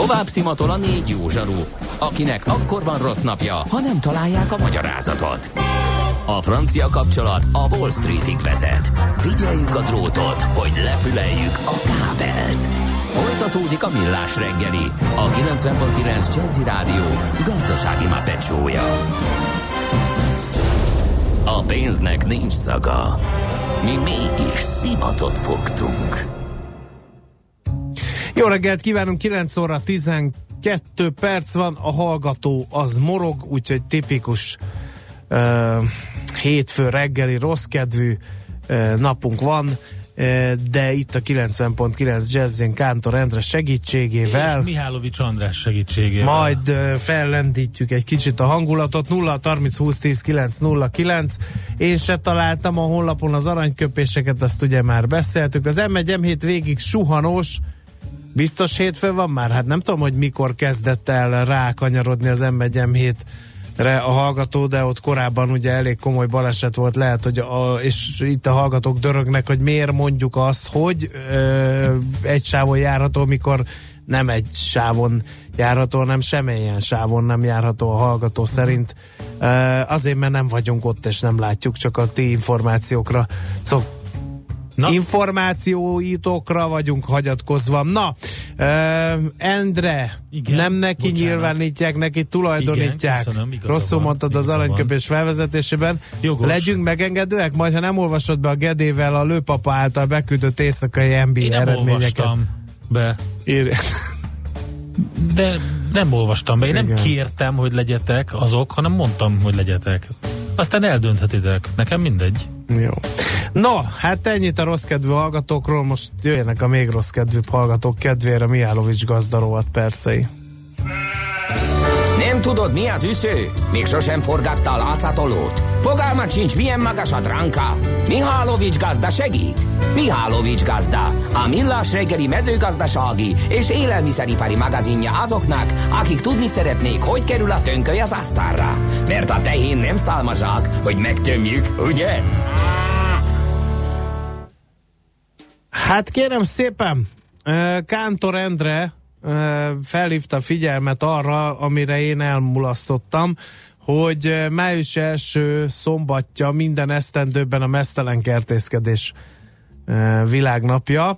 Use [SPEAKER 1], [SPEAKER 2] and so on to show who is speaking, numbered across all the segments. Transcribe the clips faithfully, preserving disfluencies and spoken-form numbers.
[SPEAKER 1] Tovább szimatol a négy jó zsaru, akinek akkor van rossz napja, ha nem találják a magyarázatot. A francia kapcsolat a Wall Streetig vezet. Figyeljük a drótot, hogy lefüleljük a kábelt. Folytatódik a Millás reggeli, a kilencven pont kilenc Jazzy Rádió gazdasági mápecsója. A pénznek nincs szaga. Mi mégis szimatot fogtunk.
[SPEAKER 2] Jó reggelt kívánunk, kilenc óra tizenkettő perc van, a hallgató az morog, úgyhogy tipikus uh, hétfő reggeli rosszkedvű uh, napunk van, uh, de itt a kilencven pont kilenc Jazzin Kántor Endre segítségével.
[SPEAKER 3] És Mihálovics András segítségével.
[SPEAKER 2] Majd uh, fellendítjük egy kicsit a hangulatot. Nulla harminc húsz tíz kilenc nulla kilenc. Én se találtam a honlapon az aranyköpéseket, azt ugye már beszéltük. Az em egy em hét végig suhanós. Biztos hétfő van már? Hát nem tudom, hogy mikor kezdett el rákanyarodni az em egy em hétre a hallgató, de ott korábban ugye elég komoly baleset volt, lehet, hogy a, és itt a hallgatók dörögnek, hogy miért mondjuk azt, hogy ö, egy sávon járható, mikor nem egy sávon járható, hanem semmilyen sávon nem járható a hallgató szerint. Ö, azért, mert nem vagyunk ott, és nem látjuk, csak a ti információkra szok Na. információitokra vagyunk hagyatkozva. Na, uh, Endre, igen, nem neki bocsánat. Nyilvánítják, neki tulajdonítják. Igen, köszönöm, rosszul van, mondtad az aranyköpés felvezetésében. Jogos. Legyünk megengedőek, majd ha nem olvasod be a Gedével a Lőpapa által beküldött éjszakai en bé á eredményeket.
[SPEAKER 3] Én nem olvastam be.
[SPEAKER 2] Ír...
[SPEAKER 3] De nem olvastam be. Én igen. nem kértem, hogy legyetek azok, hanem mondtam, hogy legyetek. Aztán eldönthetitek. Nekem mindegy.
[SPEAKER 2] Jó. No, hát ennyit a rosszkedvű hallgatókról, most jöjjenek a még rosszkedvűbb hallgatók kedvére Mihálovics gazda rovat percei.
[SPEAKER 1] Nem tudod, mi az üsző? Még sosem forgatta a látszatolót? Fogalmat sincs, milyen magas a dránka? Mihálovics gazda segít? Mihálovics gazda, a Millás reggeli mezőgazdasági és élelmiszeripari magazinja azoknak, akik tudni szeretnék, hogy kerül a tönköly az asztalra. Mert a tehén nem szálmazsák, hogy megtömjük, ugye?
[SPEAKER 2] Hát kérem szépen, Kántor Endre felhívta figyelmet arra, amire én elmulasztottam, hogy május első szombatja minden esztendőben a meztelen kertészkedés világnapja.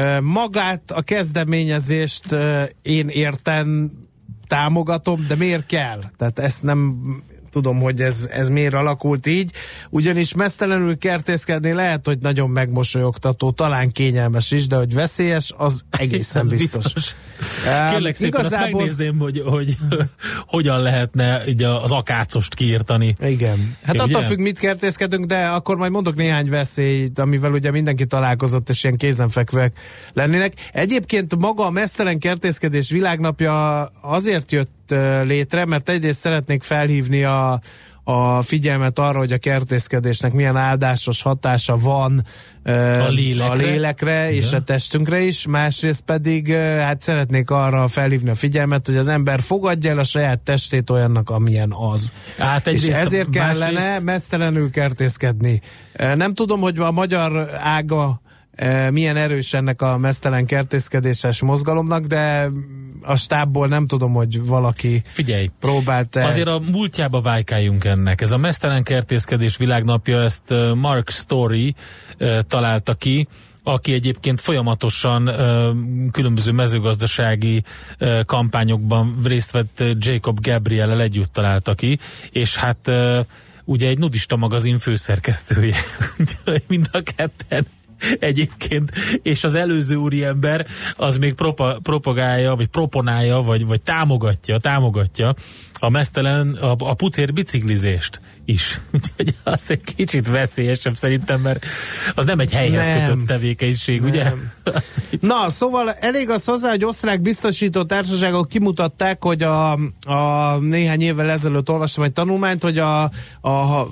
[SPEAKER 2] Magát a kezdeményezést én érten támogatom, de miért kell? Tehát ezt nem tudom, hogy ez, ez miért alakult így, ugyanis meztelenül kertészkedni lehet, hogy nagyon megmosolyogtató, talán kényelmes is, de hogy veszélyes, az egészen
[SPEAKER 3] az
[SPEAKER 2] biztos.
[SPEAKER 3] biztos. Kérlek szépen, igazából... azt megnézném, hogy, hogy hogyan lehetne így az akácost kiírtani.
[SPEAKER 2] Igen. Hát Én attól ugye? függ, mit kertészkedünk, de akkor majd mondok néhány veszélyt, amivel ugye mindenki találkozott, és ilyen kézenfekvőek lennének. Egyébként maga a meztelen kertészkedés világnapja azért jött létre, mert egyrészt szeretnék felhívni a, a figyelmet arra, hogy a kertészkedésnek milyen áldásos hatása van
[SPEAKER 3] a lélekre,
[SPEAKER 2] a lélekre és a testünkre is, másrészt pedig hát szeretnék arra felhívni a figyelmet, hogy az ember fogadja el a saját testét olyannak, amilyen az. Hát és ezért kellene másrészt... meztelenül kertészkedni. Nem tudom, hogy a magyar ága milyen erős ennek a meztelen kertészkedéses mozgalomnak, de a stábból nem tudom, hogy valaki
[SPEAKER 3] Figyelj,
[SPEAKER 2] próbált -e...
[SPEAKER 3] azért a múltjába vájkáljunk ennek. Ez a meztelen kertészkedés világnapja, ezt Mark Story találta ki, aki egyébként folyamatosan uh, különböző mezőgazdasági uh, kampányokban részt vett Jacob Gabriellel együtt találta ki, és hát uh, ugye egy nudista magazin főszerkesztője, mind a ketten egyébként, és az előző úriember az még propa, propagálja, vagy proponálja, vagy, vagy támogatja, támogatja a meztelen, a, a pucér biciklizést is. Úgyhogy az egy kicsit veszélyesebb szerintem, mert az nem egy helyhez nem. kötött tevékenység, nem. ugye?
[SPEAKER 2] Na, szóval elég az hozzá, hogy osztrák biztosító társaságok kimutatták, hogy a, a néhány évvel ezelőtt olvastam egy tanulmányt, hogy a, a, a,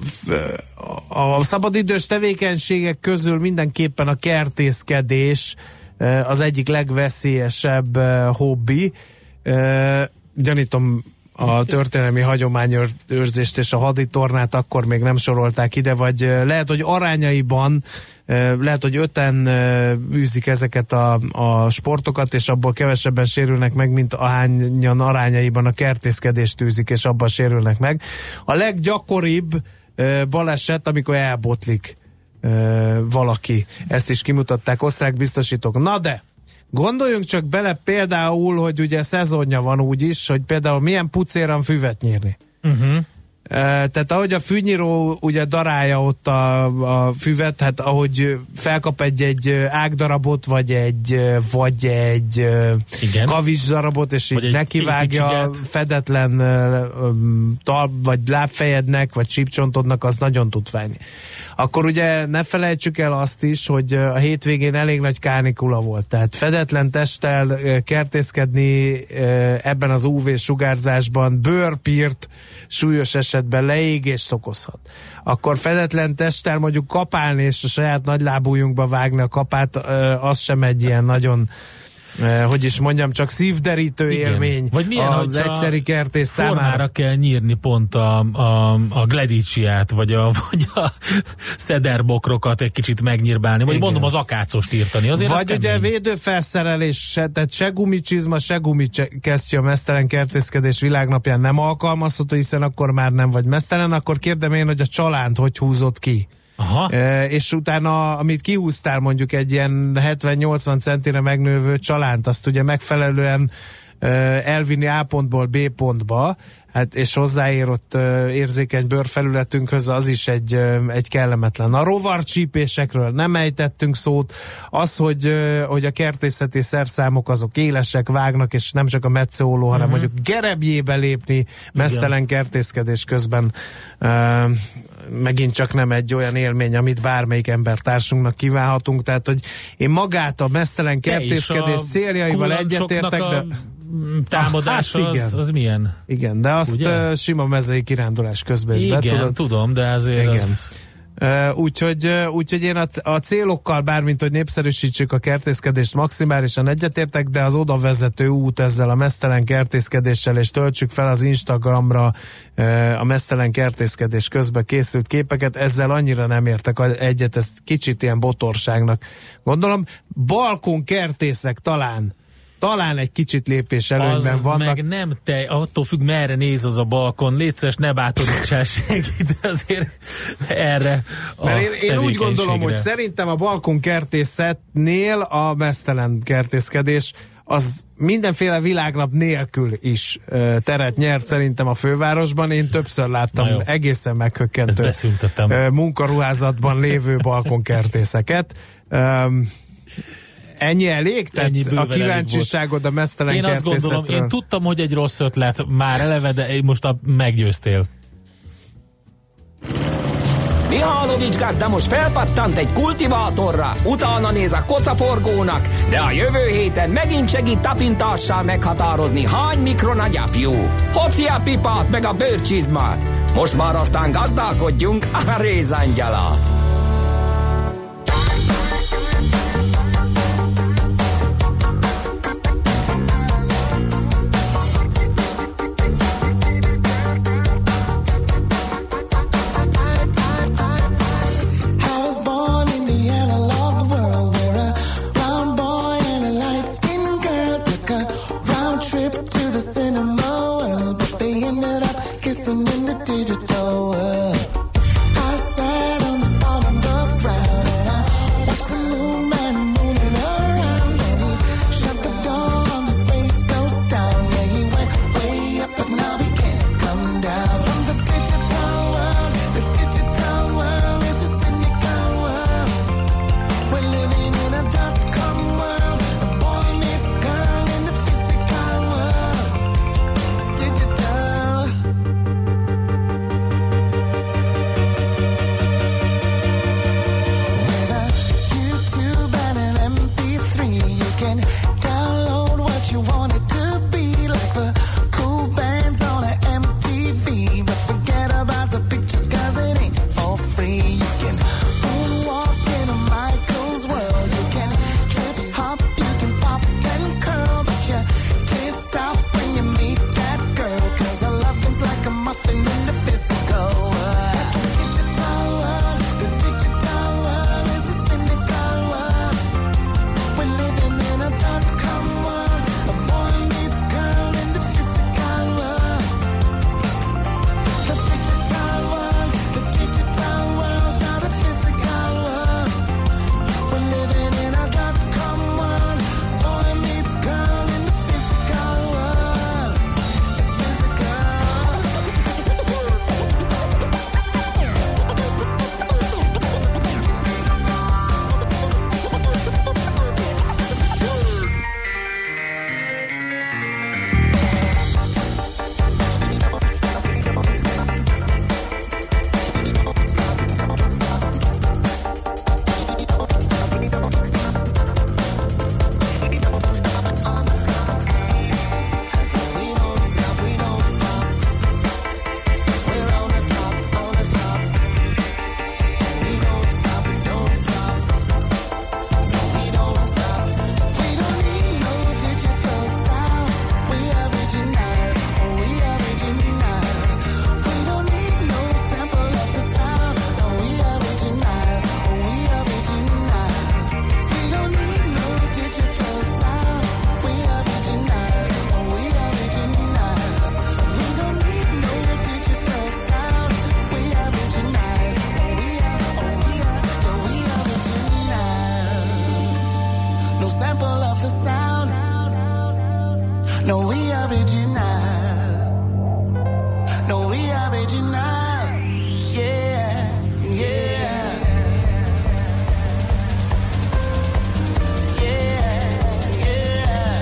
[SPEAKER 2] a szabadidős tevékenységek közül mindenképpen a kertészkedés az egyik legveszélyesebb hobbi. Gyanítom, a történelmi hagyományőrzést és a haditornát akkor még nem sorolták ide, vagy lehet, hogy arányaiban lehet, hogy öten űzik ezeket a, a sportokat, és abból kevesebben sérülnek meg, mint ahányan arányaiban a kertészkedést űzik, és abban sérülnek meg. A leggyakoribb baleset, amikor elbotlik valaki. Ezt is kimutatták osztrák biztosítók. Na de, gondoljunk csak bele például, hogy ugye szezonja van úgy is, hogy például milyen pucéran füvet nyírni. Uh-huh. Tehát ahogy a fűnyíró ugye darálja ott a, a füvet, hát ahogy felkap egy, egy ágdarabot, vagy egy, vagy egy kavics darabot, és vagy így nekivágja fedetlen tal, vagy lábfejednek, vagy sípcsontodnak, az nagyon tud fájni. Akkor ugye ne felejtsük el azt is, hogy a hétvégén elég nagy kánikula volt, tehát fedetlen testtel kertészkedni ebben az ú vé sugárzásban bőrpírt súlyos esetben leégést okozhat. Akkor fedetlen testtel mondjuk kapálni és a saját nagylábújunkba vágni a kapát, az sem egy ilyen nagyon, hogy is mondjam, csak szívderítő igen. élmény.
[SPEAKER 3] Vagy milyen,
[SPEAKER 2] az egyszeri kertész számára.
[SPEAKER 3] Formára kell nyírni pont a, a, a gledíciát, vagy a, vagy a szederbokrokat egy kicsit megnyírbálni, vagy igen. mondom az akácost írtani. Azért
[SPEAKER 2] vagy ugye védőfelszerelés, se, tehát se gumicsizma, se gumikesztyű a meztelen kertészkedés világnapján nem alkalmazható, hiszen akkor már nem vagy meztelen, akkor kérdem én, hogy a csalánt hogy húzott ki. Aha. E, és utána, amit kihúztál mondjuk egy ilyen hetven-nyolcvan centire megnővő csalánt, azt ugye megfelelően e, elvinni A pontból B pontba, hát és hozzáér ott e, érzékeny bőrfelületünkhöz, az is egy, e, egy kellemetlen. A rovarcsípésekről nem ejtettünk szót, az, hogy, e, hogy a kertészeti szerszámok azok élesek, vágnak, és nem csak a metszóló, uh-huh. hanem mondjuk gerebjébe lépni meztelen kertészkedés közben e, megint csak nem egy olyan élmény, amit bármelyik embertársunknak kívánhatunk, tehát, hogy én magát a meztelen kertészkedés céljaival egyetértek, de
[SPEAKER 3] támadás ah, hát az, az milyen?
[SPEAKER 2] Igen, de azt uh, sima mezei kirándulás közben is
[SPEAKER 3] igen,
[SPEAKER 2] be tudod.
[SPEAKER 3] tudom, de azért igen. az...
[SPEAKER 2] Uh, úgyhogy, uh, úgyhogy én a, a célokkal, bármint, hogy népszerűsítsük a kertészkedést, maximálisan egyetértek, de az oda vezető út ezzel a meztelen kertészkedéssel, és töltsük fel az Instagramra uh, a meztelen kertészkedés közben készült képeket, ezzel annyira nem értek egyet, ez kicsit ilyen botorságnak gondolom. Balkonkertészek talán Talán egy kicsit lépés előnyben
[SPEAKER 3] az
[SPEAKER 2] vannak.
[SPEAKER 3] Meg nem te, attól függ, merre néz az a balkon. Létszes, ne bátorítsál senkit, de azért erre a
[SPEAKER 2] Mert én, én úgy gondolom, hogy szerintem a balkonkertészetnél a meztelen kertészkedés az mindenféle világnap nélkül is uh, teret nyert szerintem a fővárosban. Én többször láttam egészen meghökkentő uh, munkaruházatban lévő balkonkertészeket. Um, Ennyi elég? Tehát ennyi a kíváncsiságod a meztelen
[SPEAKER 3] én azt gondolom, én tudtam, hogy egy rossz ötlet már eleve, de most a, meggyőztél.
[SPEAKER 1] Mihálovics gazda most felpattant egy kultivátorra, utána néz a kocaforgónak, de a jövő héten megint segít tapintással meghatározni, hány mikron a gyapjú. Hoci a pipát meg a bőrcsizmát. Most már aztán gazdálkodjunk a rézangyala.
[SPEAKER 4] No, we original. No, we original. Yeah, yeah. Yeah, yeah.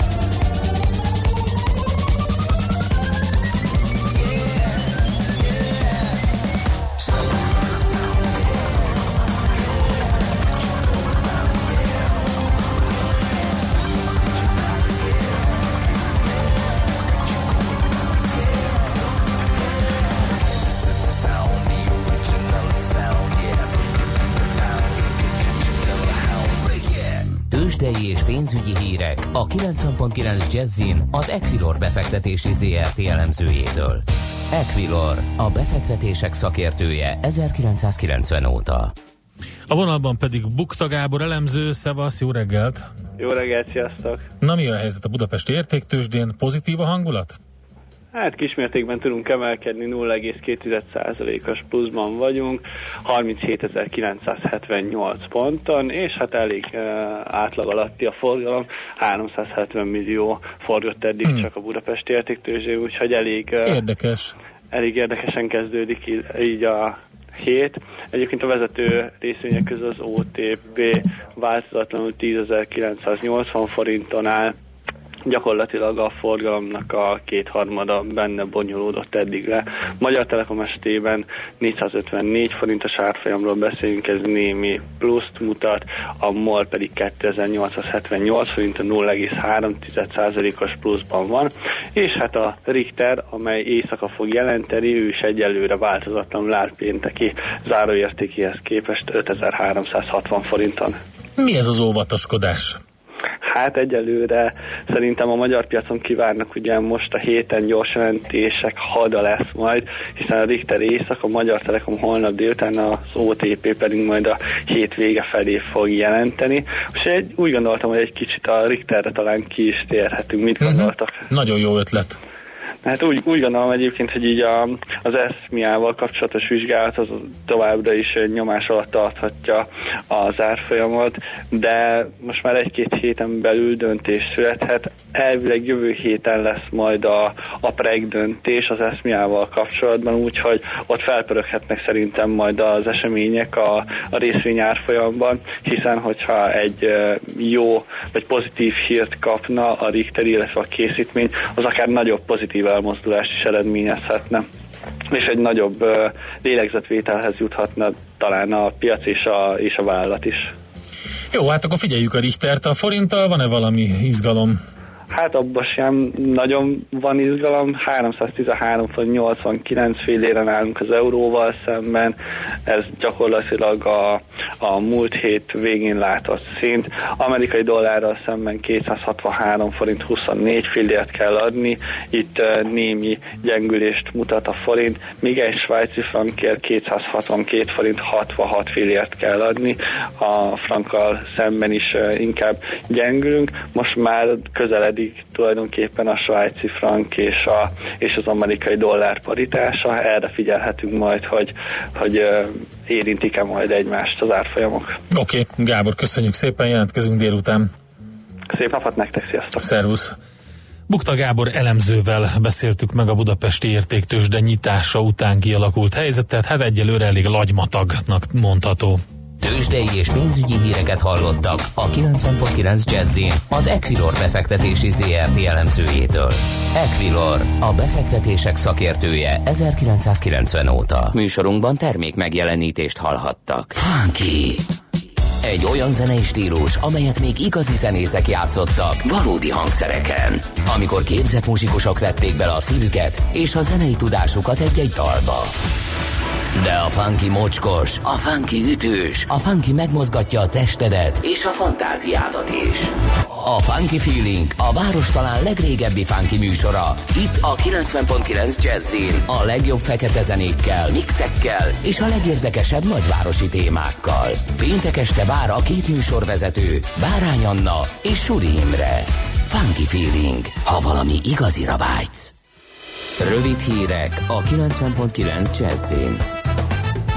[SPEAKER 1] Tőzsdei és pénzügyi hírek a kilencven pont kilenc Jazzin az Equilor befektetési zé er té elemzőjétől. Equilor, a befektetések szakértője ezerkilencszázkilencven óta.
[SPEAKER 3] A vonalban pedig Bukta Gábor elemző, szevasz, jó reggelt!
[SPEAKER 5] Jó reggelt, sziasztok!
[SPEAKER 3] Na, mi a helyzet a budapesti értéktőzsdén? Pozitív a hangulat?
[SPEAKER 5] Hát kismértékben tudunk emelkedni, nulla egész két százalékos pluszban vagyunk, harminchétezer-kilencszázhetvennyolc ponton, és hát elég uh, átlag alatti a forgalom, háromszázhetven millió forgott eddig hmm. csak a budapesti értéktőzsdé, úgyhogy elég, uh,
[SPEAKER 3] érdekes.
[SPEAKER 5] elég érdekesen kezdődik így, így a hét. Egyébként a vezető részvények közül az o té pé változatlanul tízezer-kilencszáznyolcvan forinton áll, gyakorlatilag a forgalomnak a kétharmada benne bonyolódott eddig le. Magyar Telekom estében négyszázötvennégy forintos árfolyamról beszélünk, ez némi pluszt mutat, a MOL pedig kétezer-nyolcszázhetvennyolc forint, nulla egész három százalékos pluszban van, és hát a Richter, amely éjszaka fog jelenteni, ő is egyelőre változatlanul áll pénteki záróértékéhez képest ötezer-háromszázhatvan forinton.
[SPEAKER 3] Mi ez az óvatoskodás?
[SPEAKER 5] Hát egyelőre szerintem a magyar piacon kivárnak, ugye most a héten gyors jelentések hada lesz majd, hiszen a Richter éjszak, a Magyar Telekom holnap délután, az o té pé pedig majd a hét vége felé fog jelenteni. Most egy, úgy gondoltam, hogy egy kicsit a Richterre talán ki is térhetünk. Mit gondoltak?
[SPEAKER 3] Uh-huh. Nagyon jó ötlet.
[SPEAKER 5] Hát úgy, úgy gondolom egyébként, hogy így a, az eszmiával kapcsolatos vizsgálat az továbbra is nyomás alatt tarthatja az árfolyamot, de most már egy-két héten belül döntés születhet. Elvileg jövő héten lesz majd a, a preg döntés az eszmiával kapcsolatban, úgyhogy ott felpöröghetnek szerintem majd az események a, a részvény árfolyamban, hiszen hogyha egy jó vagy pozitív hírt kapna a Richter, illetve a készítmény, az akár nagyobb pozitív elmozdulást is eredményezhetne, és egy nagyobb uh, lélegzetvételhez juthatna talán a piac és a, és a vállalat is.
[SPEAKER 3] Jó, hát akkor figyeljük a Richtert. A forinttal van-e valami izgalom?
[SPEAKER 5] Hát abban sem nagyon van izgalom, háromszáztizenhárom forint nyolcvankilenc féléren állunk az euróval szemben, ez gyakorlatilag a, a múlt hét végén látott szint. Amerikai dollárral szemben kétszázhatvanhárom forint huszonnégy fillért kell adni, itt uh, némi gyengülést mutat a forint, míg egy svájci frankért kétszázhatvankét forint hatvanhat fillért kell adni, a frankkal szemben is uh, inkább gyengülünk, most már közeled tulajdonképpen a svájci frank és, a, és az amerikai dollár paritása. Erre figyelhetünk majd, hogy, hogy uh, érintik-e majd egymást az árfolyamok.
[SPEAKER 3] Oké, okay, Gábor, köszönjük szépen, jelentkezünk délután.
[SPEAKER 5] Szép napot nektek, sziasztok!
[SPEAKER 3] Szervusz! Bukta Gábor elemzővel beszéltük meg a budapesti értéktőzsde nyitása után kialakult helyzetet, hát egyelőre elég lagymatagnak mondható.
[SPEAKER 1] Tőzsdei és pénzügyi híreket hallottak a kilencven pont kilenc Jazzin az Equilor befektetési zé er té elemzőjétől. Equilor, a befektetések szakértője ezerkilencszázkilencven óta. Műsorunkban termék megjelenítést hallhattak. Funky! Egy olyan zenei stílus, amelyet még igazi zenészek játszottak valódi hangszereken. Amikor képzett muzsikusok vették bele a szívüket és a zenei tudásukat egy-egy dalba. De a funky mocskos, a funky ütős, a funky megmozgatja a testedet és a fantáziádat is. A Funky Feeling a város talán legrégebbi funky műsora. Itt a kilencven pont kilenc Jazzin a legjobb fekete zenékkel, mixekkel és a legérdekesebb nagyvárosi témákkal. Péntek este vár a két műsorvezető, Bárány Anna és Suri Imre. Funky Feeling, ha valami igazira vágysz. Rövid hírek a kilencven pont kilenc Jazzin.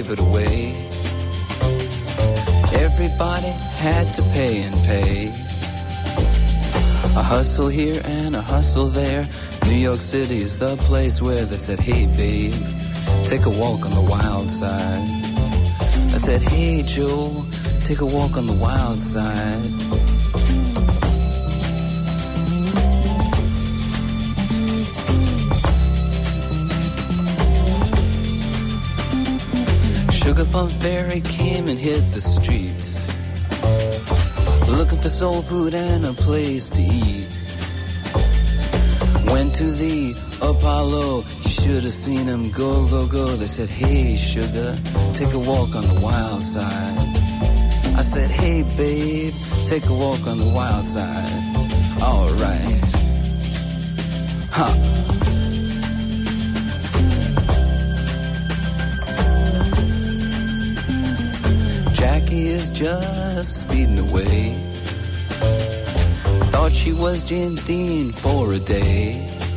[SPEAKER 6] give it away. Everybody had to pay and pay. A hustle here and a hustle there. New York City is the place where they said, hey babe, take a walk on the wild side. I said, hey Joe, take a walk on the wild side. Sugar Plum Fairy came and hit the streets, looking for soul food and a place to eat. Went to the Apollo, you should have seen him go, go, go. They said, hey sugar, take a walk on the wild side. I said, hey babe, take a walk on the wild side. All right. Ha. Jackie is just speeding away. Thought she was James Dean for a day.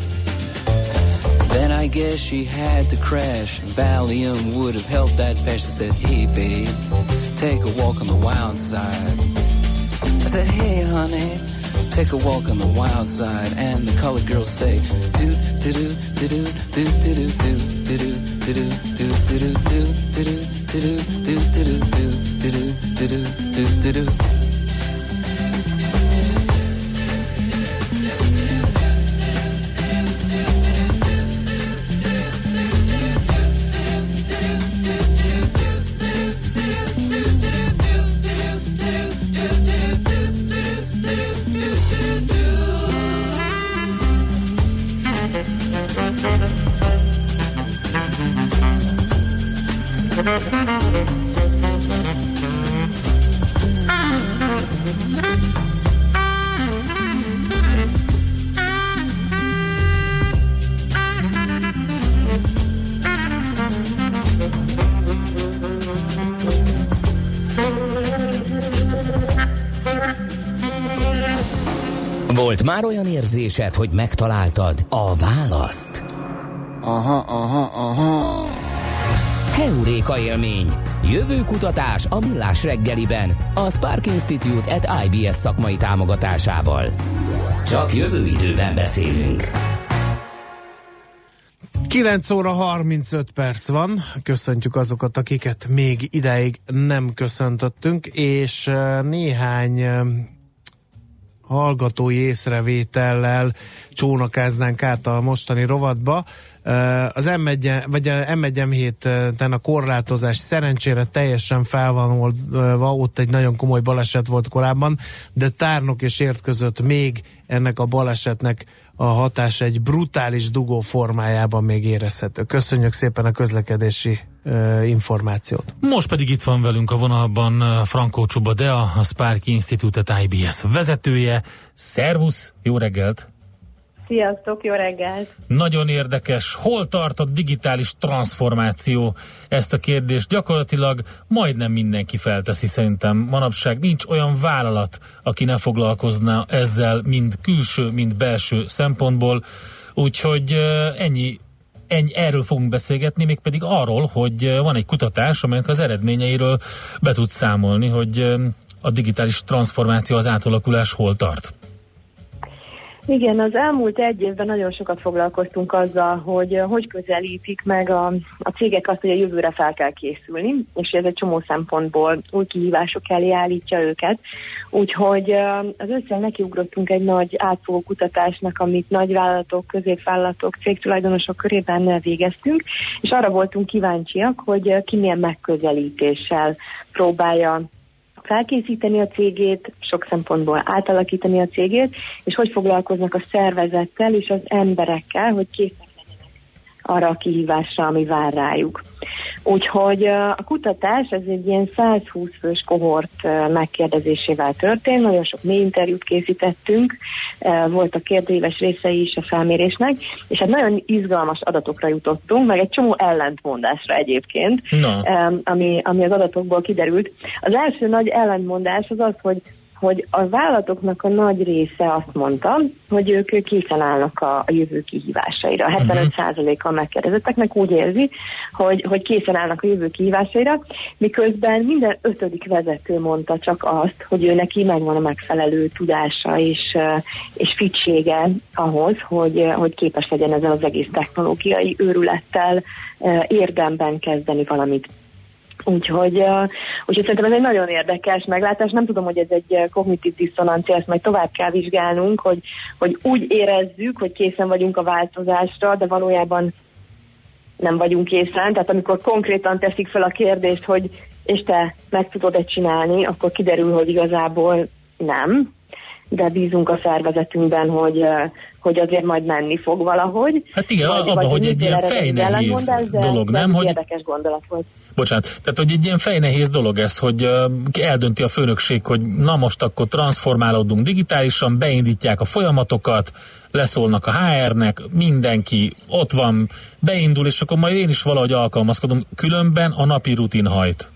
[SPEAKER 6] Then I guess she had to crash. Valium would have helped that patch. I said, hey babe, take a walk on the wild side. I said, hey honey, take a walk on the wild side. And the colored girls say, do do do do do do do do do do do do do do do do do do do.
[SPEAKER 1] Volt már olyan érzésed, hogy megtaláltad a választ?
[SPEAKER 4] Aha, aha, aha.
[SPEAKER 1] Heuréka élmény. Jövőkutatás a Millás reggeliben. A Spark Institute at I B S szakmai támogatásával. Csak jövő időben beszélünk.
[SPEAKER 2] kilenc óra harmincöt perc van. Köszöntjük azokat, akiket még ideig nem köszöntöttünk, és néhány hallgatói észrevétellel csónakáznánk át a mostani rovatba. Az M egy, vagy a M egy M héten a korlátozás szerencsére teljesen fel van oldva, ott egy nagyon komoly baleset volt korábban, de Tárnok és Érd között még ennek a balesetnek a hatása egy brutális dugó formájában még érezhető. Köszönjük szépen a közlekedési uh, információt.
[SPEAKER 3] Most pedig itt van velünk a vonalban Frankó Csuba Dea, a Spark Institute at I B S vezetője. Szervusz, jó reggelt!
[SPEAKER 7] Sziasztok, jó reggelt!
[SPEAKER 3] Nagyon érdekes. Hol tart a digitális transformáció? Ezt a kérdést gyakorlatilag majdnem mindenki felteszi szerintem. Manapság nincs olyan vállalat, aki ne foglalkozna ezzel mind külső, mind belső szempontból. Úgyhogy ennyi, ennyi erről fogunk beszélgetni, mégpedig arról, hogy van egy kutatás, amelynek az eredményeiről be tud számolni, hogy a digitális transformáció, az átalakulás hol tart.
[SPEAKER 7] Igen, az elmúlt egy évben nagyon sokat foglalkoztunk azzal, hogy hogy közelítik meg a, a cégek azt, hogy a jövőre fel kell készülni, és ez egy csomó szempontból új kihívások elé állítja őket. Úgyhogy az összeg nekiugrottunk egy nagy átfogó kutatásnak, amit nagyvállalatok, középvállalatok, cégtulajdonosok körében végeztünk, és arra voltunk kíváncsiak, hogy ki milyen megközelítéssel próbálja felkészíteni a cégét, sok szempontból átalakítani a cégét, és hogy foglalkoznak a szervezettel és az emberekkel, hogy készek legyenek arra a kihívásra, ami vár rájuk. Úgyhogy a kutatás, ez egy ilyen százhúsz fős kohort megkérdezésével történt, nagyon sok mély interjút készítettünk, voltak kérdőíves részei is a felmérésnek, és hát nagyon izgalmas adatokra jutottunk, meg egy csomó ellentmondásra egyébként, no. ami, ami az adatokból kiderült. Az első nagy ellentmondás az az, hogy hogy a vállalatoknak a nagy része azt mondta, hogy ők készen állnak a, a jövő kihívásaira. hetvenöt százaléka a megkérdezetteknek úgy érzi, hogy, hogy készen állnak a jövő kihívásaira, miközben minden ötödik vezető mondta csak azt, hogy ő neki megvan a megfelelő tudása és, és fittsége ahhoz, hogy, hogy képes legyen ezzel az egész technológiai őrülettel érdemben kezdeni valamit. Úgyhogy, uh, úgyhogy szerintem ez egy nagyon érdekes meglátás. Nem tudom, hogy ez egy kognitív diszonancia, ezt majd tovább kell vizsgálnunk, hogy, hogy úgy érezzük, hogy készen vagyunk a változásra, de valójában nem vagyunk készen. Tehát amikor konkrétan teszik fel a kérdést, hogy és te meg tudod-e csinálni, akkor kiderül, hogy igazából nem. De bízunk a szervezetünkben, hogy, hogy azért majd menni fog valahogy.
[SPEAKER 3] Hát igen, vagy, abban, hogy egy ilyen fejnehéz dolog, nem? Hogy
[SPEAKER 7] érdekes gondolat volt.
[SPEAKER 3] Bocsánat, tehát hogy egy ilyen fejnehéz dolog ez, hogy eldönti a főnökség, hogy na most akkor transformálódunk digitálisan, beindítják a folyamatokat, leszólnak a há ernek, mindenki ott van, beindul, és akkor majd én is valahogy alkalmazkodom, különben a napi rutin hajt.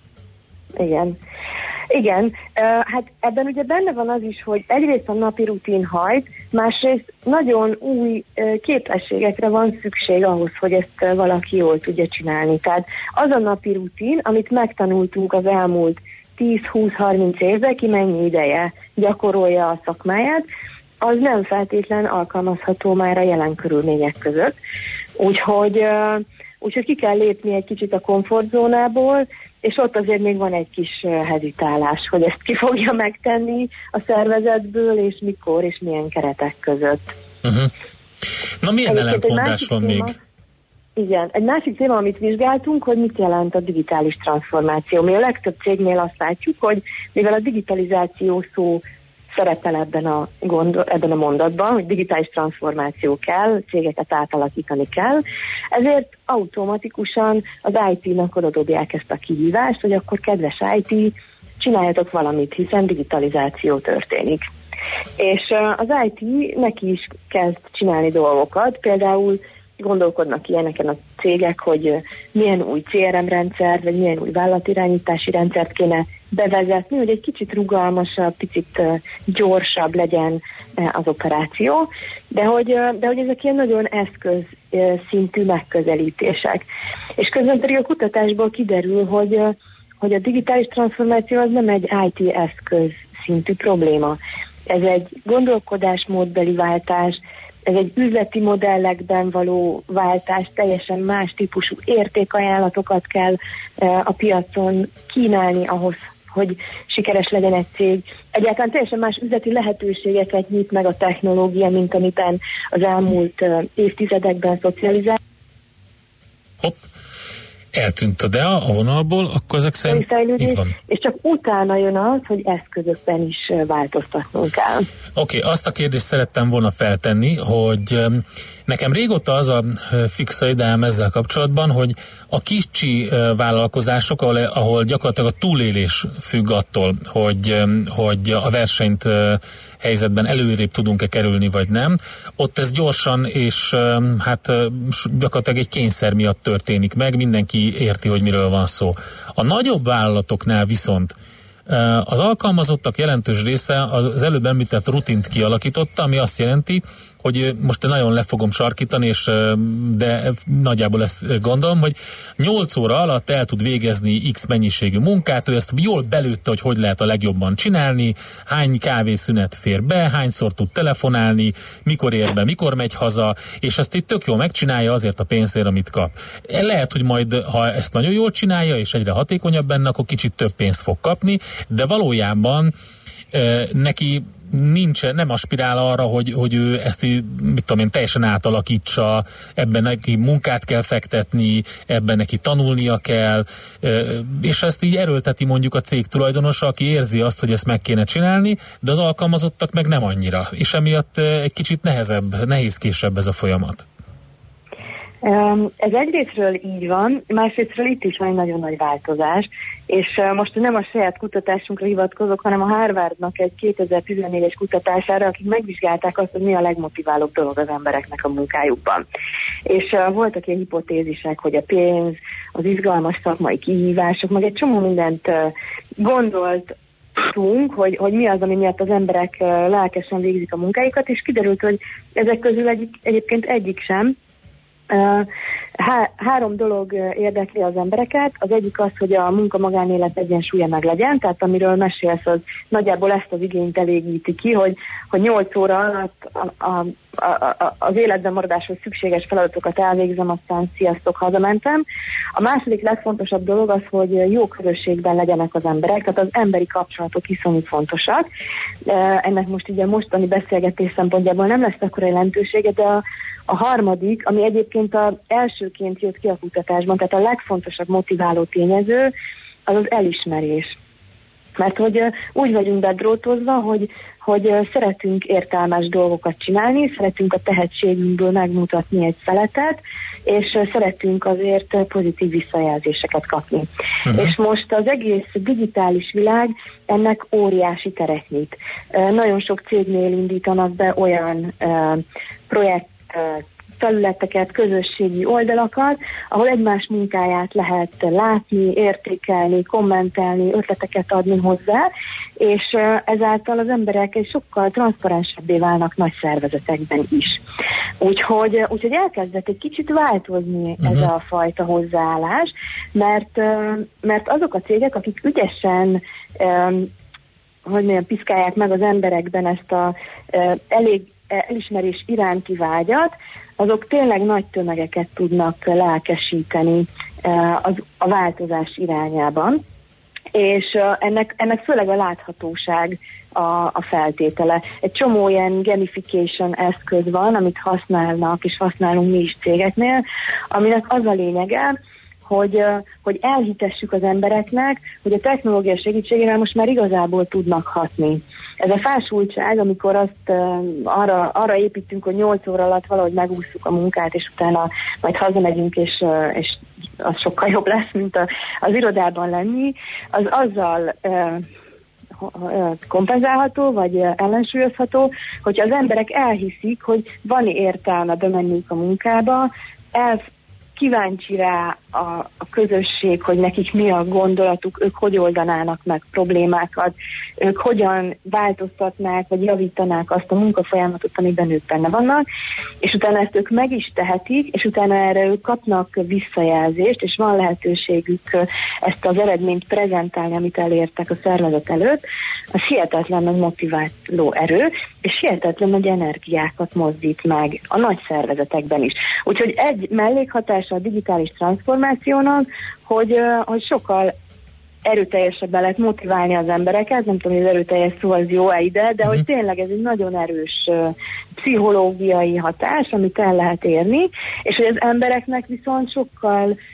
[SPEAKER 7] Igen. Igen, uh, hát ebben ugye benne van az is, hogy egyrészt a napi rutin hajt, másrészt nagyon új uh, képességekre van szükség ahhoz, hogy ezt uh, valaki jól tudja csinálni. Tehát az a napi rutin, amit megtanultunk az elmúlt tíz-húsz-harminc évben, ki mennyi ideje gyakorolja a szakmáját, az nem feltétlen alkalmazható már a jelen körülmények között. Úgyhogy, uh, úgyhogy ki kell lépni egy kicsit a komfortzónából, és ott azért még van egy kis hezitálás, hogy ezt ki fogja megtenni a szervezetből, és mikor, és milyen keretek között.
[SPEAKER 3] Uh-huh. Na milyen ellentmondás van téma, még?
[SPEAKER 7] Igen, egy másik téma, amit vizsgáltunk, hogy mit jelent a digitális transformáció. Mi a legtöbb cégnél azt látjuk, hogy mivel a digitalizáció szó szerepel ebben a, gondol, ebben a mondatban, hogy digitális transformáció kell, cégeket átalakítani kell, ezért automatikusan az í té-nak odadobják ezt a kihívást, hogy akkor kedves í té, csináljatok valamit, hiszen digitalizáció történik. És az í té neki is kezd csinálni dolgokat, például gondolkodnak ilyeneken a cégek, hogy milyen új cé er em rendszer, vagy milyen új vállalatirányítási rendszert kéne bevezetni, hogy egy kicsit rugalmasabb, picit gyorsabb legyen az operáció, de hogy, de hogy ezek ilyen nagyon eszköz szintű megközelítések. És közben pedig a kutatásból kiderül, hogy, hogy a digitális transformáció az nem egy í té eszköz szintű probléma. Ez egy gondolkodásmódbeli váltás, ez egy üzleti modellekben való váltás, teljesen más típusú értékajánlatokat kell a piacon kínálni ahhoz, hogy sikeres legyen egy cég. Egyáltalán teljesen más üzleti lehetőségeket nyit meg a technológia, mint amiben az elmúlt évtizedekben szocializál.
[SPEAKER 3] Hopp, eltűnt a dea a vonalból, akkor ezek szerint itt van.
[SPEAKER 7] És csak utána jön az, hogy eszközökben is változtatnunk kell.
[SPEAKER 3] Oké, okay, azt a kérdést szerettem volna feltenni, hogy nekem régóta az a fix ideám ezzel kapcsolatban, hogy a kicsi vállalkozások, ahol, ahol gyakorlatilag a túlélés függ attól, hogy, hogy a versenyt helyzetben előrébb tudunk-e kerülni, vagy nem. Ott ez gyorsan és hát gyakorlatilag egy kényszer miatt történik meg, mindenki érti, hogy miről van szó. A nagyobb vállalatoknál viszont az alkalmazottak jelentős része az előbb említett rutint kialakította, ami azt jelenti, hogy most nagyon le fogom sarkítani, és, de nagyjából ezt gondolom, hogy nyolc óra alatt el tud végezni X mennyiségű munkát, ő ezt jól belőtte, hogy hogy lehet a legjobban csinálni, hány kávészünet fér be, hányszor tud telefonálni, mikor ér be, mikor megy haza, és ezt itt tök jól megcsinálja azért a pénzért, amit kap. Lehet, hogy majd, ha ezt nagyon jól csinálja, és egyre hatékonyabb benne, akkor kicsit több pénzt fog kapni, de valójában neki nincs, nem aspirál arra, hogy, hogy ő ezt mit tudom én, teljesen átalakítsa, ebben neki munkát kell fektetni, ebben neki tanulnia kell, és ezt így erőlteti mondjuk a cég tulajdonosa, aki érzi azt, hogy ezt meg kéne csinálni, de az alkalmazottak meg nem annyira, és emiatt egy kicsit nehezebb, nehézkésebb ez a folyamat.
[SPEAKER 7] Ez egyrésztről így van, másrésztről itt is van egy nagyon nagy változás, és most nem a saját kutatásunkra hivatkozok, hanem a Harvardnak egy kétezer-tizennégyes kutatására, akik megvizsgálták azt, hogy mi a legmotiválóbb dolog az embereknek a munkájukban. És voltak ilyen hipotézisek, hogy a pénz, az izgalmas szakmai kihívások, meg egy csomó mindent gondolt hogy, hogy mi az, ami miatt az emberek lelkesen végzik a munkáikat, és kiderült, hogy ezek közül egy, egyébként egyik sem. Há, három dolog érdekli az embereket. Az egyik az, hogy a munka-magánélet egyensúlya meg legyen, tehát amiről mesélsz, az nagyjából ezt az igényt elégíti ki, hogy, hogy nyolc óra alatt a, a, a, a, az életben maradáshoz szükséges feladatokat elvégzem, aztán sziasztok, hazamentem. A második legfontosabb dolog az, hogy jó közösségben legyenek az emberek, tehát az emberi kapcsolatok iszonyú fontosak. Ennek most ugye a mostani beszélgetés szempontjából nem lesz akkora jelentősége, de a A harmadik, ami egyébként az elsőként jött ki a kutatásban, tehát a legfontosabb motiváló tényező, az az elismerés. Mert hogy úgy vagyunk bedrótozva, hogy, hogy szeretünk értelmes dolgokat csinálni, szeretünk a tehetségünkből megmutatni egy szeletet, és szeretünk azért pozitív visszajelzéseket kapni. Uh-huh. És most az egész digitális világ ennek óriási teret nyit. Nagyon sok cégnél indítanak be olyan projekt felületeket, közösségi oldalakat, ahol egymás munkáját lehet látni, értékelni, kommentelni, ötleteket adni hozzá, és ezáltal az emberek egy sokkal transzparensebbé válnak nagy szervezetekben is. Úgyhogy, úgyhogy elkezdett egy kicsit változni uh-huh. ez a fajta hozzáállás, mert, mert azok a cégek, akik ügyesen hogy mondjam, piszkálják meg az emberekben ezt a elég elismerés iránti vágyat, azok tényleg nagy tömegeket tudnak lelkesíteni az, a változás irányában, és ennek, ennek főleg a láthatóság a, a feltétele. Egy csomó ilyen gamification eszköz van, amit használnak és használunk mi is cégeknél, aminek az a lényege, hogy, hogy elhitessük az embereknek, hogy a technológia segítségével most már igazából tudnak hatni. Ez a fásultság, amikor azt uh, arra, arra építünk, hogy nyolc óra alatt valahogy megússzuk a munkát, és utána majd hazamegyünk, és, uh, és az sokkal jobb lesz, mint a, az irodában lenni, az azzal uh, kompenzálható, vagy ellensúlyozható, hogyha az emberek elhiszik, hogy van értelme bemenniük a munkába, el, kíváncsi rá a, a közösség, hogy nekik mi a gondolatuk, ők hogy oldanának meg problémákat, ők hogyan változtatnák, vagy javítanák azt a munkafolyamatot, amiben ők benne vannak, és utána ezt ők meg is tehetik, és utána erre ők kapnak visszajelzést, és van lehetőségük ezt az eredményt prezentálni, amit elértek a szervezet előtt. Az hihetetlen nagy motiváló erő, és hihetetlen nagy energiákat mozdít meg a nagy szervezetekben is. Úgyhogy egy mellékhatása a digitális transformációnak, hogy, hogy sokkal erőteljesebben lehet motiválni az embereket, nem tudom, hogy az erőteljes szó az jó-e ide, de hogy tényleg ez egy nagyon erős uh, pszichológiai hatás, amit el lehet érni, és hogy az embereknek viszont sokkal uh,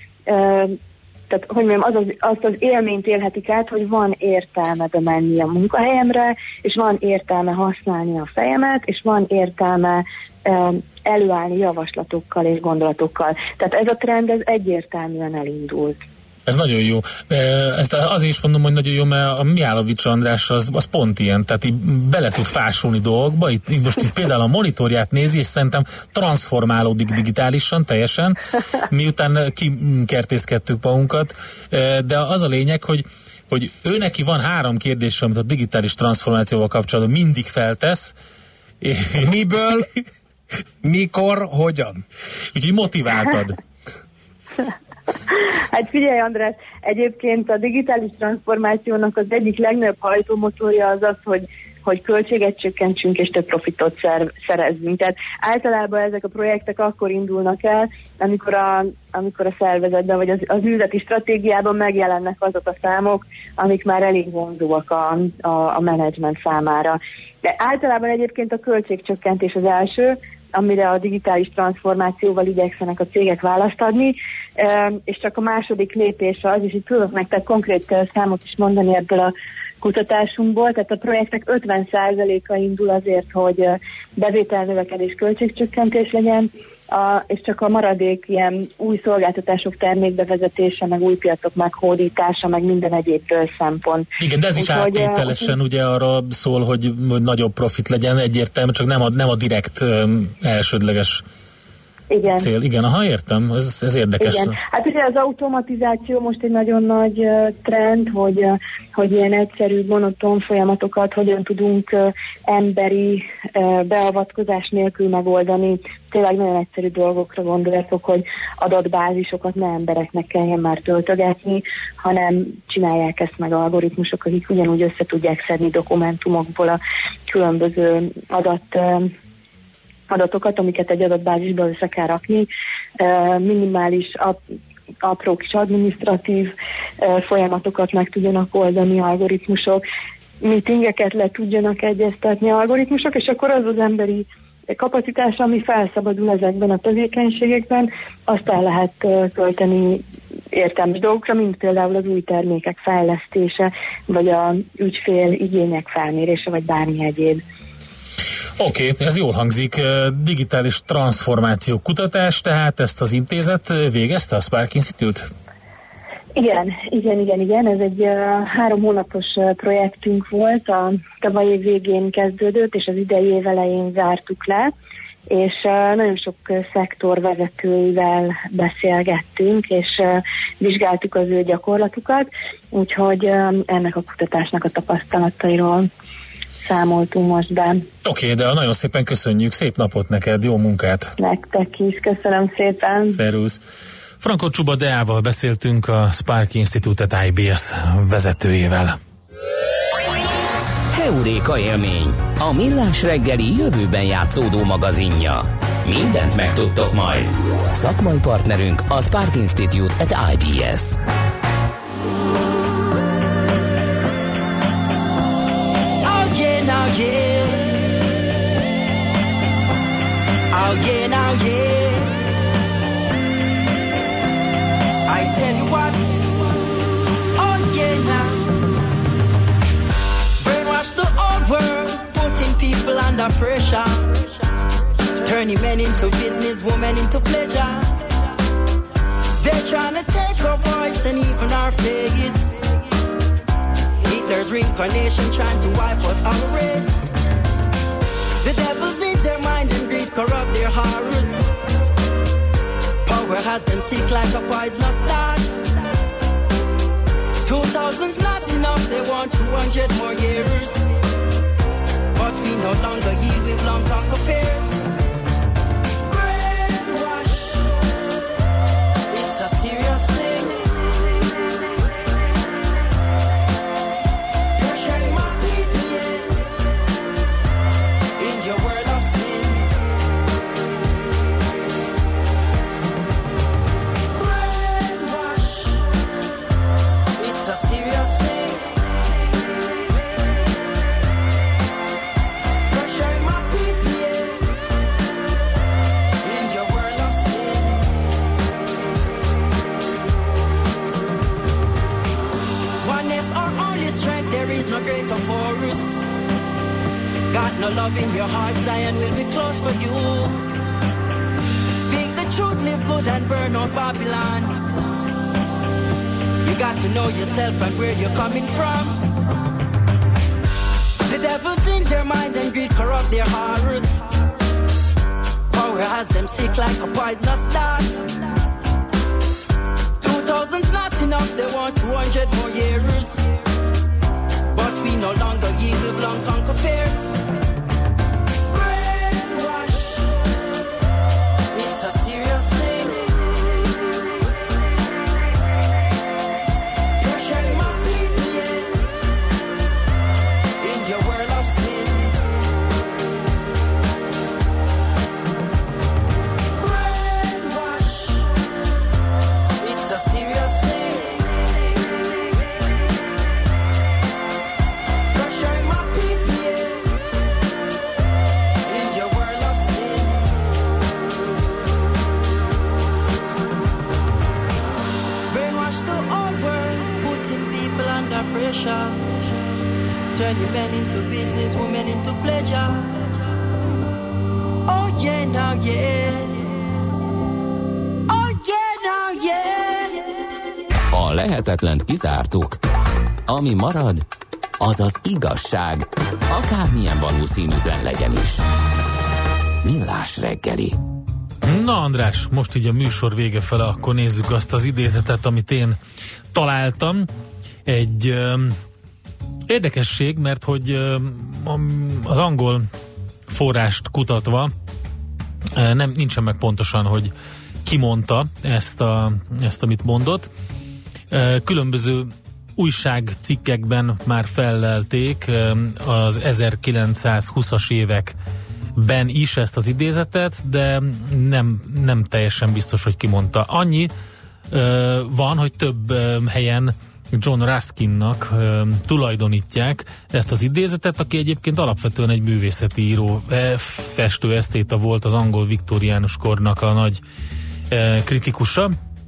[SPEAKER 7] tehát, hogy mondjam, az az, azt az élményt élhetik át, hogy van értelme bemenni a munkahelyemre, és van értelme használni a fejemet, és van értelme um, előállni javaslatokkal és gondolatokkal. Tehát ez a trend, ez egyértelműen elindult.
[SPEAKER 3] Ez nagyon jó. Ezt azért is mondom, hogy nagyon jó, mert a Mihálovics András az, az pont ilyen, tehát így bele tud fásulni dolgokba, itt, itt most itt például a monitorját nézi, és szerintem transformálódik digitálisan teljesen, miután kikertészkedtük magunkat, de az a lényeg, hogy hogy ő neki van három kérdés, amit a digitális transformációval kapcsolatban mindig feltesz.
[SPEAKER 2] Miből, mikor, hogyan?
[SPEAKER 3] Úgyhogy motiváltad.
[SPEAKER 7] Hát figyelj, András, egyébként a digitális transformációnak az egyik legnagyobb hajtómotorja az az, hogy, hogy költséget csökkentsünk és több profitot szer, szerezzünk. Tehát általában ezek a projektek akkor indulnak el, amikor a, amikor a szervezetben vagy az, az üzleti stratégiában megjelennek azok a számok, amik már elég vonzóak a, a, a menedzsment számára. De általában egyébként a költségcsökkentés az első, amire a digitális transformációval igyekszenek a cégek választ adni, és csak a második lépés az, és itt tudok nektek konkrét számot is mondani ebből a kutatásunkból, tehát a projektek ötven százaléka indul azért, hogy bevételnövekedés, költségcsökkentés legyen, a, és csak a maradék ilyen új szolgáltatások termékbevezetése, meg új piacok meghódítása, meg minden egyéb szempont.
[SPEAKER 3] Igen, de ez is áttételesen uh, ugye arra szól, hogy, hogy nagyobb profit legyen, egyértelmű, csak nem a, nem a direkt um, elsődleges.
[SPEAKER 7] Igen.
[SPEAKER 3] cél. Igen, aha, értem, ez, ez érdekes.
[SPEAKER 7] Igen. Hát ugye az automatizáció most egy nagyon nagy uh, trend, hogy, uh, hogy ilyen egyszerű, monoton folyamatokat hogyan tudunk uh, emberi uh, beavatkozás nélkül megoldani. Tényleg nagyon egyszerű dolgokra gondoljatok, hogy adatbázisokat ne embereknek kelljen már töltögetni, hanem csinálják ezt meg algoritmusok, akik ugyanúgy össze tudják szedni dokumentumokból a különböző adat uh, adatokat, amiket egy adatbázisba össze kell rakni, minimális ap- apró kis adminisztratív folyamatokat meg tudjanak oldani algoritmusok, meetingeket le tudjanak egyeztetni algoritmusok, és akkor az az emberi kapacitás, ami felszabadul ezekben a tevékenységekben, azt el lehet költeni értelmes dolgokra, mint például az új termékek fejlesztése, vagy a ügyfél igények felmérése, vagy bármi egyéb.
[SPEAKER 3] Oké, okay, ez jól hangzik. Digitális transformáció kutatás, tehát ezt az intézet végezte, a Spark Institute?
[SPEAKER 7] Igen, igen, igen, igen. Ez egy uh, három hónapos uh, projektünk volt, a tavaly év végén kezdődött, és az idei év elején zártuk le, és uh, nagyon sok uh, szektor vezetőivel beszélgettünk, és uh, vizsgáltuk az ő gyakorlatukat, úgyhogy uh, ennek a kutatásnak a tapasztalatairól számoltunk most be.
[SPEAKER 3] Oké, okay, de nagyon szépen köszönjük, szép napot neked, jó munkát!
[SPEAKER 7] Nektek is, köszönöm szépen!
[SPEAKER 3] Szervusz! Franko Csuba Deával beszéltünk, a Spark Institute I B S vezetőjével.
[SPEAKER 1] Heuréka élmény, a millás reggeli jövőben játszódó magazinja. Mindent megtudtok majd. Szakmai partnerünk a Spark Institute at I B S.
[SPEAKER 8] Now yeah, oh yeah, now yeah. I tell you what, oh yeah now. Brainwash the old world, putting people under pressure, turning men into business, women into pleasure. They're trying to take our voice and even our face. Hitler's reincarnation trying to wipe out our race. The devil's in their mind and greed corrupt their heart. Power has them sick like a poisonous dart. Two thousand's not enough, they want two hundred more years. But we no longer yield with long conquer fears. Brainwash, it's a serious thing. No greater for us. Got no love in your heart, Zion will be close for you. Speak the truth, live good and burn out Babylon. You got to know yourself and where you're coming from. The devil's in their mind and greed corrupt their heart. Power has them sick like a poisonous dart. Two thousand's not enough, they want two hundred more years. But we no longer yield with long conquer fears. Brainwash, it's a serious thing. You're sharing my people, yeah, in your world of sin. Brainwash, it's a serious thing. Pressure, turning men into business, women into pleasure. Oh yeah, now yeah. Oh yeah, now yeah.
[SPEAKER 1] A lehetetlent kizártuk. Ami marad, az az igazság, akármilyen valószínűtlen legyen is. Millás reggeli.
[SPEAKER 3] Na András, most így a műsor vége fele, akkor nézzük azt az idézetet, amit én találtam. Egy ö, érdekesség, mert hogy ö, az angol forrást kutatva ö, nem, nincsen meg pontosan, hogy ki mondta ezt, a, ezt amit mondott. Ö, különböző újságcikkekben már fellelték ö, az ezerkilencszázhúszas évek ben is ezt az idézetet, de nem, nem teljesen biztos, hogy kimondta. Annyi ö, van, hogy több ö, helyen John Ruskinnak ö, tulajdonítják ezt az idézetet, aki egyébként alapvetően egy művészeti író, e, festő, esztéta volt, az angol viktóriánus kornak a nagy e, kritikusa.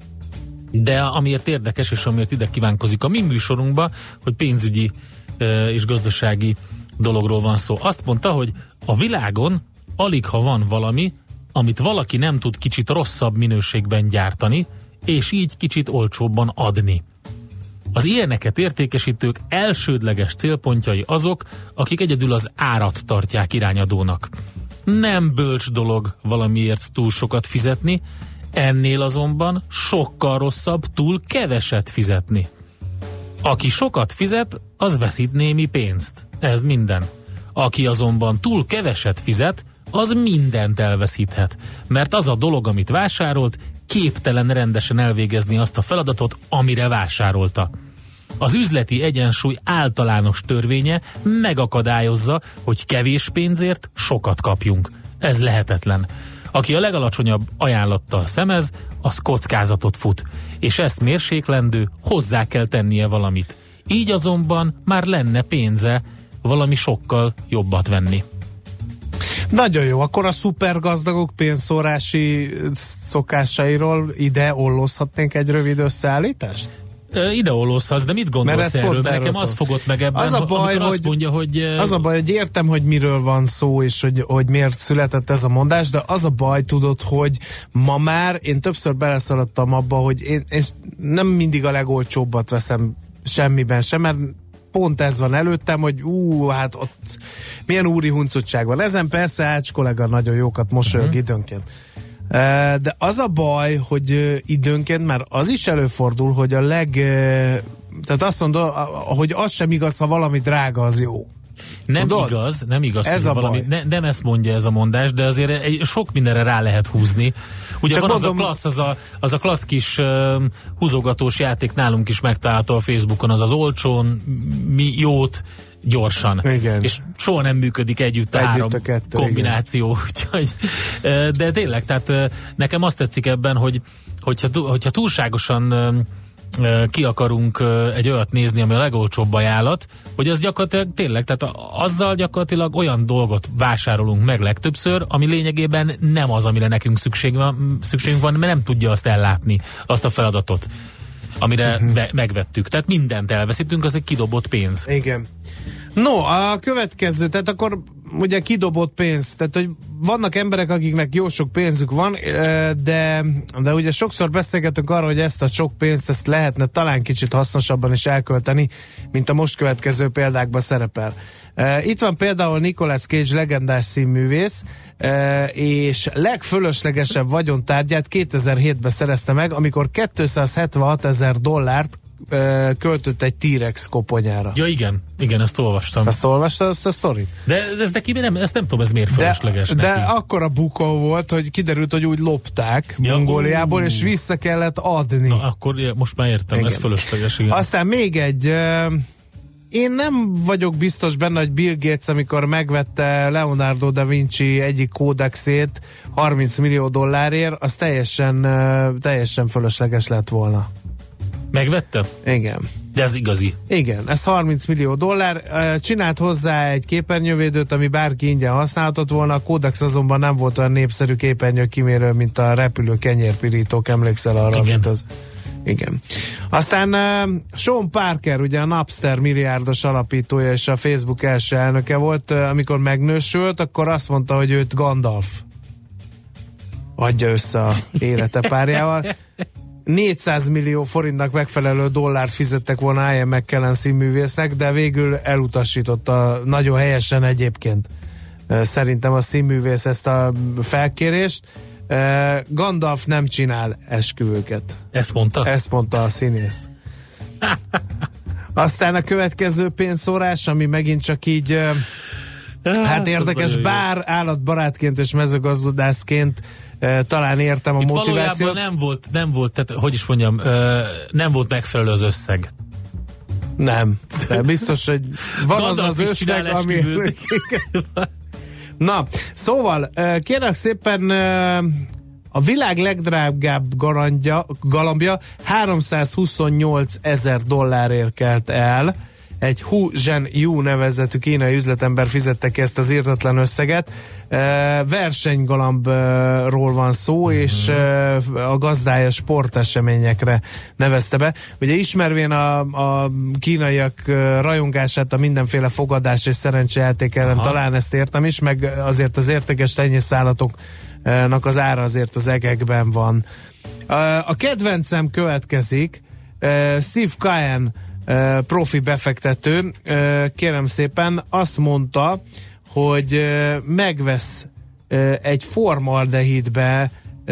[SPEAKER 3] De amiért érdekes, és amiért ide kívánkozik a mi műsorunkba, hogy pénzügyi e, és gazdasági dologról van szó. Azt mondta, hogy a világon alig ha van valami, amit valaki nem tud kicsit rosszabb minőségben gyártani, és így kicsit olcsóbban adni. Az ilyeneket értékesítők elsődleges célpontjai azok, akik egyedül az árat tartják irányadónak. Nem bölcs dolog valamiért túl sokat fizetni, ennél azonban sokkal rosszabb túl keveset fizetni. Aki sokat fizet, az veszít némi pénzt. Ez minden. Aki azonban túl keveset fizet, az mindent elveszíthet. Mert az a dolog, amit vásárolt, képtelen rendesen elvégezni azt a feladatot, amire vásárolta. Az üzleti egyensúly általános törvénye megakadályozza, hogy kevés pénzért sokat kapjunk. Ez lehetetlen. Aki a legalacsonyabb ajánlattal szemez, az kockázatot fut, és ezt mérséklendő, hozzá kell tennie valamit. Így azonban már lenne pénze valami sokkal jobbat venni.
[SPEAKER 2] Nagyon jó, akkor a szupergazdagok pénzszórási szokásairól ide ollózhatnénk egy rövid összeállítást?
[SPEAKER 3] Ide ollózhatsz, de mit gondolsz erről? Mert nekem az fogott meg ebben, az a baj, hogy, azt mondja, hogy...
[SPEAKER 2] Az a baj, hogy értem, hogy miről van szó, és hogy, hogy miért született ez a mondás, de az a baj, tudod, hogy ma már én többször beleszaladtam abba, hogy én, én nem mindig a legolcsóbbat veszem semmiben sem, mert pont ez van előttem, hogy ú, hát ott milyen úri huncutság van. Ezen persze Ács kollega nagyon jókat mosolyog uh-huh. időnként. De az a baj, hogy időnként már az is előfordul, hogy a leg... Tehát azt mondod, hogy az sem igaz, ha valami drága, az jó.
[SPEAKER 3] Nem Tudod? igaz, nem igaz, ez hogy valami, ne, nem ezt mondja ez a mondás, de azért egy, sok mindenre rá lehet húzni. Ugye Csak van mondom, az a klassz, az a, az a klassz kis uh, húzogatós játék nálunk is megtalálható a Facebookon, az az olcsón, mi jót, gyorsan. Igen. És soha nem működik együtt a együtt három a kettő, kombináció. Úgyhogy, de tényleg, tehát nekem azt tetszik ebben, hogy hogyha, hogyha túlságosan ki akarunk egy olyat nézni, ami a legolcsóbb ajánlat, hogy az gyakorlatilag tényleg, tehát azzal gyakorlatilag olyan dolgot vásárolunk meg legtöbbször, ami lényegében nem az, amire nekünk szükség van, szükségünk van, mert nem tudja azt ellátni, azt a feladatot, amire uh-huh. be, megvettük. Tehát mindent elveszítünk, az egy kidobott pénz.
[SPEAKER 2] Igen. No, a következő, tehát akkor ugye kidobott pénz, tehát hogy vannak emberek, akiknek jó sok pénzük van, de, de ugye sokszor beszélgetünk arra, hogy ezt a sok pénzt ezt lehetne talán kicsit hasznosabban is elkölteni, mint a most következő példákban szerepel. Itt van például Nicolas Cage, legendás színművész, és legfölöslegesebb vagyontárgyát kétezer-hétben szerezte meg, amikor kétszázhetvenhat ezer dollárt költött egy T-rex koponyára.
[SPEAKER 3] Ja igen, igen, ezt olvastam.
[SPEAKER 2] Ezt olvastad, ezt a sztorit?
[SPEAKER 3] De ez neki nem, ezt nem tudom, ez miért fölösleges
[SPEAKER 2] de,
[SPEAKER 3] neki.
[SPEAKER 2] De akkora bukó volt, hogy kiderült, hogy úgy lopták ja, Mongóliából, ú. és vissza kellett adni.
[SPEAKER 3] Na akkor most már értem, igen. Ez fölösleges, igen.
[SPEAKER 2] Aztán még egy, uh, én nem vagyok biztos benne, hogy Bill Gates, amikor megvette Leonardo da Vinci egyik kódexét harminc millió dollárért, az teljesen, uh, teljesen fölösleges lett volna.
[SPEAKER 3] Megvette?
[SPEAKER 2] Igen.
[SPEAKER 3] De ez igazi.
[SPEAKER 2] Igen, ez harminc millió dollár. Csinált hozzá egy képernyővédőt, ami bárki ingyen használhatott volna. A Kodax azonban nem volt olyan népszerű képernyő kimérő, mint a repülő kenyérpirítók. Emlékszel arra?
[SPEAKER 3] Igen.
[SPEAKER 2] Mint az... Igen. Aztán uh, Sean Parker, ugye a Napster milliárdos alapítója és a Facebook első elnöke volt, uh, amikor megnősült, akkor azt mondta, hogy őt Gandalf adja össze a élete párjával. négyszáz millió forintnak megfelelő dollárt fizettek volna Ian McKellen színművésznek, de végül elutasította nagyon helyesen egyébként szerintem a színművész ezt a felkérést. Gandalf nem csinál esküvőket.
[SPEAKER 3] Ezt mondta?
[SPEAKER 2] Ezt mondta a színész. Aztán a következő pénzszórás, ami megint csak így hát érdekes, bár állatbarátként és mezőgazdadászként talán értem a
[SPEAKER 3] itt
[SPEAKER 2] motivációt.
[SPEAKER 3] Valójában nem volt, nem volt, tehát hogy is mondjam, nem volt megfelelő az összeg.
[SPEAKER 2] Nem. De biztos, hogy van az az összeg, ami... Na, szóval kérlek szépen a világ legdrágább garantja, galambja háromszázhuszonnyolc ezer dollárért kelt el. Egy Hu Zhenyu nevezetű kínai üzletember fizette ki ezt az írtatlan összeget. Versenygalambról van szó, és a gazdája sporteseményekre nevezte be. Ugye ismervén a, a kínaiak rajongását a mindenféle fogadás és szerencsejáték ellen, aha, talán ezt értem is, meg azért az értékes tenyészállatoknak az ára azért az egekben van. A kedvencem következik, Steve Cahen, profi befektető, kérem szépen, azt mondta, hogy megvesz egy formaldehidbe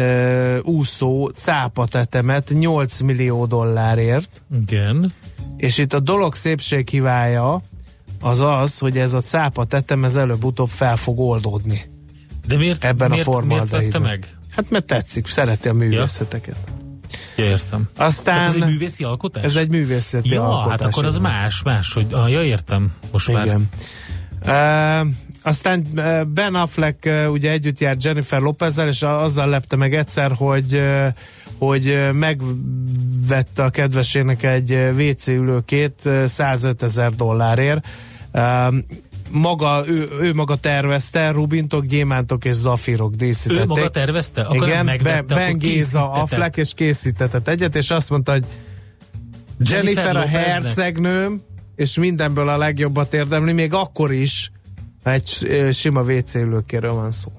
[SPEAKER 2] úszó cápatetemet nyolc millió dollárért.
[SPEAKER 3] Igen.
[SPEAKER 2] És itt a dolog szépség hibája az az, hogy ez a cápatetem ez előbb-utóbb fel fog oldódni.
[SPEAKER 3] De miért,
[SPEAKER 2] ebben
[SPEAKER 3] miért,
[SPEAKER 2] a formaldehidben.
[SPEAKER 3] miért vette meg?
[SPEAKER 2] Hát mert tetszik, szereti a művészeteket.
[SPEAKER 3] Ja, értem.
[SPEAKER 2] Aztán
[SPEAKER 3] ez egy művészi alkotás?
[SPEAKER 2] Ez egy művészeti
[SPEAKER 3] ja,
[SPEAKER 2] alkotás.
[SPEAKER 3] Hát akkor az más, más, hogy ah, ja, értem. Most
[SPEAKER 2] igen. Már. Uh, aztán Ben Affleck uh, ugye együtt járt Jennifer Lopezzel, és azzal lepte meg egyszer, hogy uh, hogy megvette a kedvesének egy vé cé ülőkét uh, százötezer dollárért. Uh, maga, ő, ő maga tervezte, rubintok, gyémántok és zafírok díszítették.
[SPEAKER 3] Ő maga tervezte? Akkor
[SPEAKER 2] igen,
[SPEAKER 3] megvette,
[SPEAKER 2] Ben Géza Affleck, és készítetett egyet, és azt mondta, hogy Jennifer, Jennifer a hercegnőm, és mindenből a legjobbat érdemli, még akkor is, ha egy sima vé cé ülőkéről van szó.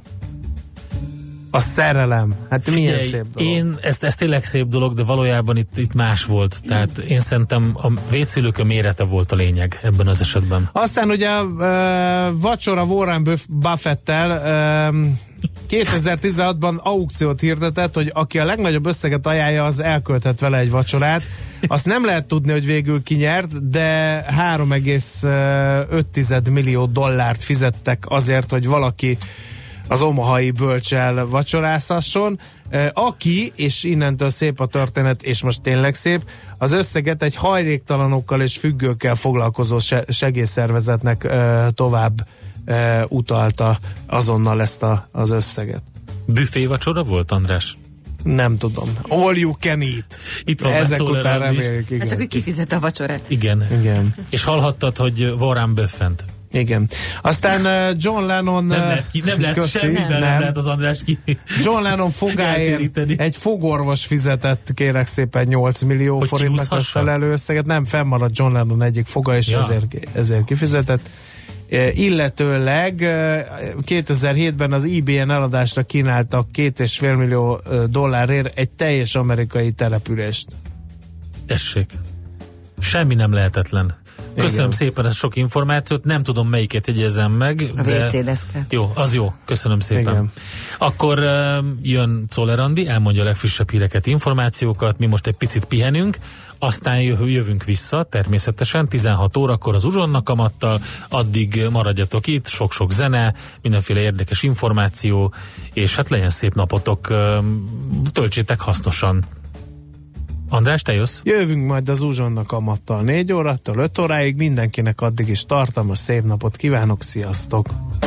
[SPEAKER 2] A szerelem. Hát
[SPEAKER 3] figyelj,
[SPEAKER 2] milyen szép dolog.
[SPEAKER 3] Én, ezt, ez tényleg szép dolog, de valójában itt, itt más volt. Tehát én szerintem a vé cé ülőke mérete volt a lényeg ebben az esetben.
[SPEAKER 2] Aztán ugye a uh, vacsora Warren Buffettel uh, kétezer-tizenhatban aukciót hirdetett, hogy aki a legnagyobb összeget ajánlja, az elkölthet vele egy vacsorát. Azt nem lehet tudni, hogy végül ki nyert, de három egész öt millió dollárt fizettek azért, hogy valaki az omahai bölcsel vacsorázhasson. Aki, és innentől szép a történet, és most tényleg szép, az összeget egy hajléktalanokkal és függőkkel foglalkozó segélyszervezetnek tovább utalta azonnal ezt a, az összeget.
[SPEAKER 3] Büfé vacsora volt, András?
[SPEAKER 2] Nem tudom. All you can eat.
[SPEAKER 3] Itt van
[SPEAKER 2] ezek után reméljük, igen.
[SPEAKER 9] Hát csak, hogy kifizet a vacsorát.
[SPEAKER 3] Igen.
[SPEAKER 2] igen.
[SPEAKER 3] És hallhattad, hogy Warren Buffett.
[SPEAKER 2] Igen. Aztán uh, John Lennon...
[SPEAKER 3] Nem lehet, ki, nem lehet
[SPEAKER 2] köszi,
[SPEAKER 3] semmiben nem. nem lehet az András ki.
[SPEAKER 2] John Lennon fogáért egy fogorvos fizetett, kérek szépen, nyolc millió hogy forintnak megfelelő összeget. Nem, fennmaradt John Lennon egyik foga, és ja. ezért, ezért kifizetett. Illetőleg kétezer-hétben az eBay-en eladásra kínáltak két és fél millió dollárért egy teljes amerikai települést.
[SPEAKER 3] Tessék. Semmi nem lehetetlen. Köszönöm igen. szépen ezt sok információt, nem tudom melyiket jegyezem meg.
[SPEAKER 9] A vé cé deszkát.
[SPEAKER 3] Jó, az jó, köszönöm szépen. Igen. Akkor uh, jön Czoller Andi, elmondja a legfrissebb híreket, információkat, mi most egy picit pihenünk, aztán jövünk vissza természetesen tizenhat órakor az Uzsonna kamattal, addig maradjatok itt, sok-sok zene, mindenféle érdekes információ, és hát legyen szép napotok, uh, töltsétek hasznosan. András, te jössz?
[SPEAKER 2] Jövünk majd az Uzsonna kamattal négy órától öt óráig, mindenkinek addig is tartalmas szép napot kívánok, sziasztok!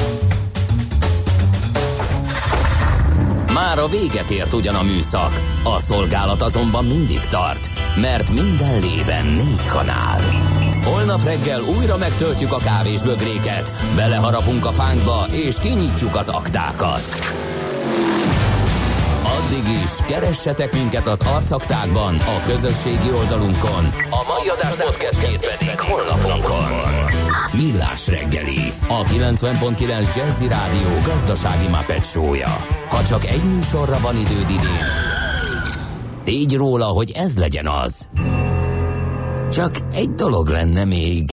[SPEAKER 1] Már a véget ért ugyan a műszak, a szolgálat azonban mindig tart, mert minden lében négy kanál. Holnap reggel újra megtöltjük a kávésbögréket, beleharapunk a fánkba és kinyitjuk az aktákat. Addig is keressetek minket az arcaktákban, a közösségi oldalunkon. A mai adás podcastjét pedig honlapunkon. Millás reggeli, a kilencven pont kilenc Jazzy Rádió gazdasági Muppet show-ja. Ha csak egy műsorra van időd idén, tégy róla, hogy ez legyen az. Csak egy dolog lenne még.